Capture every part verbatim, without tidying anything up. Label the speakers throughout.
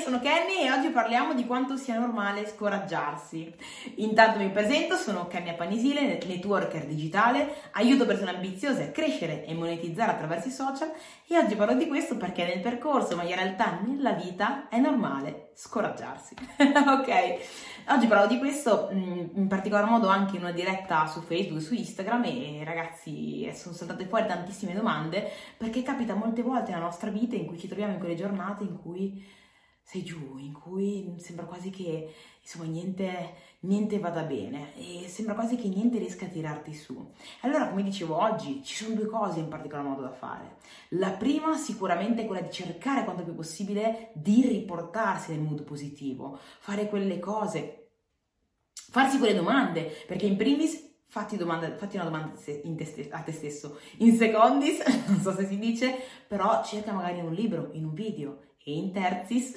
Speaker 1: sono Kenny e oggi parliamo di quanto sia normale scoraggiarsi. Intanto mi presento, sono Kenny Panisile, networker digitale, aiuto persone ambiziose a crescere e monetizzare attraverso i social e oggi parlo di questo perché nel percorso, ma in realtà nella vita, è normale scoraggiarsi. Ok? Oggi parlo di questo in particolar modo anche in una diretta su Facebook, su Instagram e ragazzi sono saltate fuori tantissime domande perché capita molte volte nella nostra vita in cui ci troviamo in quelle giornate in cui sei giù, in cui sembra quasi che insomma niente, niente vada bene e sembra quasi che niente riesca a tirarti su. Allora, come dicevo oggi, ci sono due cose in particolar modo da fare. La prima sicuramente è quella di cercare quanto più possibile di riportarsi nel mood positivo, fare quelle cose, farsi quelle domande, perché in primis Fatti, domanda, fatti una domanda in te, a te stesso, in secondis, non so se si dice, però cerca magari in un libro, in un video, e in terzis,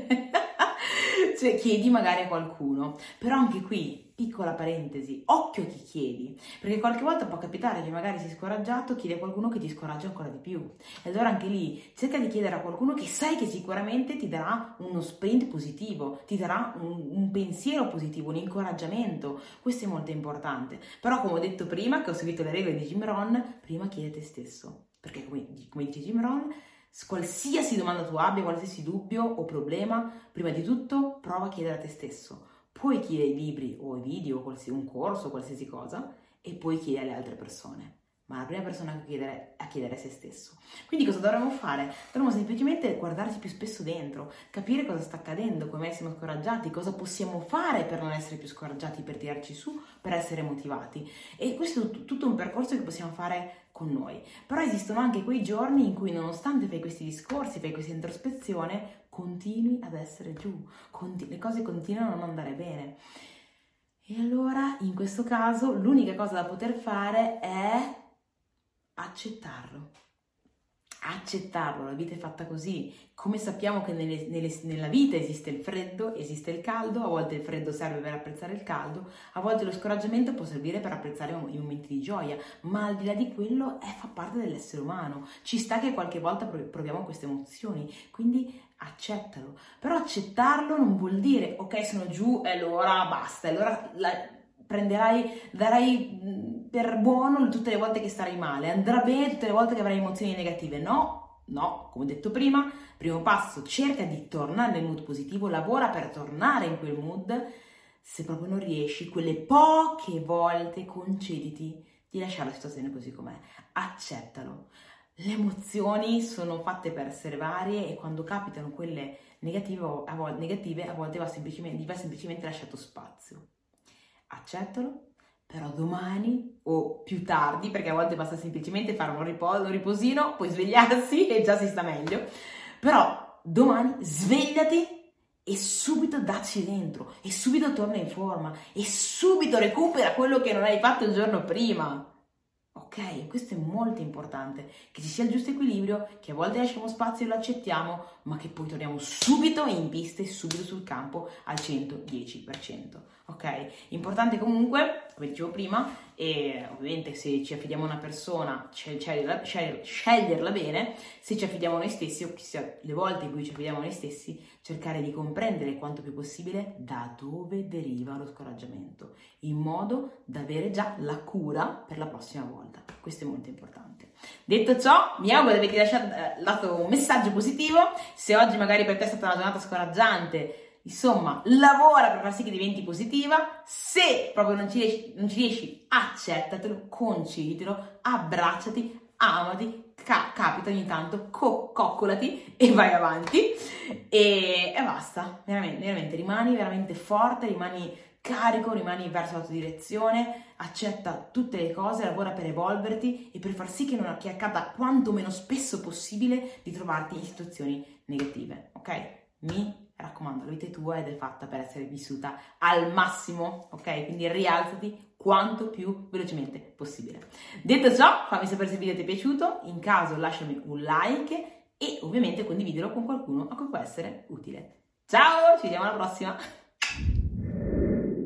Speaker 1: cioè chiedi magari a qualcuno. Però anche qui, piccola parentesi, occhio a chi chiedi, perché qualche volta può capitare che magari sei scoraggiato, chiedi a qualcuno che ti scoraggia ancora di più. E allora anche lì, cerca di chiedere a qualcuno che sai che sicuramente ti darà uno sprint positivo, ti darà un, un pensiero positivo, un incoraggiamento. Questo è molto importante. Però come ho detto prima, che ho seguito le regole di Jim Rohn, prima chiedi a te stesso, perché come, come dice Jim Rohn, qualsiasi domanda tu abbia, qualsiasi dubbio o problema, prima di tutto prova a chiedere a te stesso. Poi chiedi ai libri o ai video, o un corso, qualsiasi cosa, e poi chiedi alle altre persone. Ma la prima persona a chiedere, a chiedere è se stesso. Quindi cosa dovremmo fare? Dovremmo semplicemente guardarci più spesso dentro, capire cosa sta accadendo, come siamo scoraggiati, cosa possiamo fare per non essere più scoraggiati, per tirarci su, per essere motivati. E questo è tutto un percorso che possiamo fare con noi. Però esistono anche quei giorni in cui, nonostante fai questi discorsi, fai questa introspezione, continui ad essere giù, continu- le cose continuano a non andare bene. E allora, in questo caso, l'unica cosa da poter fare è accettarlo. Accettarlo, la vita è fatta così. Come sappiamo che nelle, nelle, nella vita esiste il freddo, esiste il caldo, a volte il freddo serve per apprezzare il caldo, a volte lo scoraggiamento può servire per apprezzare i momenti di gioia, ma al di là di quello è, fa parte dell'essere umano. Ci sta che qualche volta proviamo queste emozioni, quindi accettalo. Però accettarlo non vuol dire ok, sono giù e allora basta, allora la, prenderai, darai per buono tutte le volte che starai male, andrà bene tutte le volte che avrai emozioni negative. No, no, come ho detto prima, primo passo, cerca di tornare nel mood positivo, lavora per tornare in quel mood. Se proprio non riesci, quelle poche volte concediti di lasciare la situazione così com'è, accettalo. Le emozioni sono fatte per essere varie e quando capitano quelle negative, a volte, negative, a volte va semplicemente, va semplicemente lasciato spazio. Accettalo. Però domani o più tardi, perché a volte basta semplicemente fare un riposo, un riposino, poi svegliarsi e già si sta meglio, però domani svegliati e subito dacci dentro, e subito torna in forma, e subito recupera quello che non hai fatto il giorno prima. Ok? Questo è molto importante, che ci sia il giusto equilibrio, che a volte lasciamo spazio e lo accettiamo, ma che poi torniamo subito in pista e subito sul campo al centodieci per cento. Ok? Importante comunque, come dicevo prima, e ovviamente se ci affidiamo a una persona, sceglierla, sceglierla bene, se ci affidiamo a noi stessi, o chissà le volte in cui ci affidiamo a noi stessi, cercare di comprendere quanto più possibile da dove deriva lo scoraggiamento, in modo da avere già la cura per la prossima volta. Questo è molto importante. Detto ciò, mi auguro di averti lasciato, dato un messaggio positivo. Se oggi magari per te è stata una giornata scoraggiante, insomma, lavora per far sì che diventi positiva. Se proprio non ci riesci, non ci riesci accettatelo, conceditelo, abbracciati, amati, ca- capita ogni tanto, co- coccolati e vai avanti e, e basta, veramente, veramente rimani veramente forte, rimani carico, rimani verso la tua direzione, accetta tutte le cose, lavora per evolverti e per far sì che non che accada quanto meno spesso possibile di trovarti in situazioni negative, ok? Mi raccomando, la vita è tua ed è fatta per essere vissuta al massimo, ok? Quindi rialzati quanto più velocemente possibile. Detto ciò, fammi sapere se il video ti è piaciuto, in caso lasciami un like e ovviamente condividilo con qualcuno a cui può essere utile. Ciao, ci vediamo alla prossima!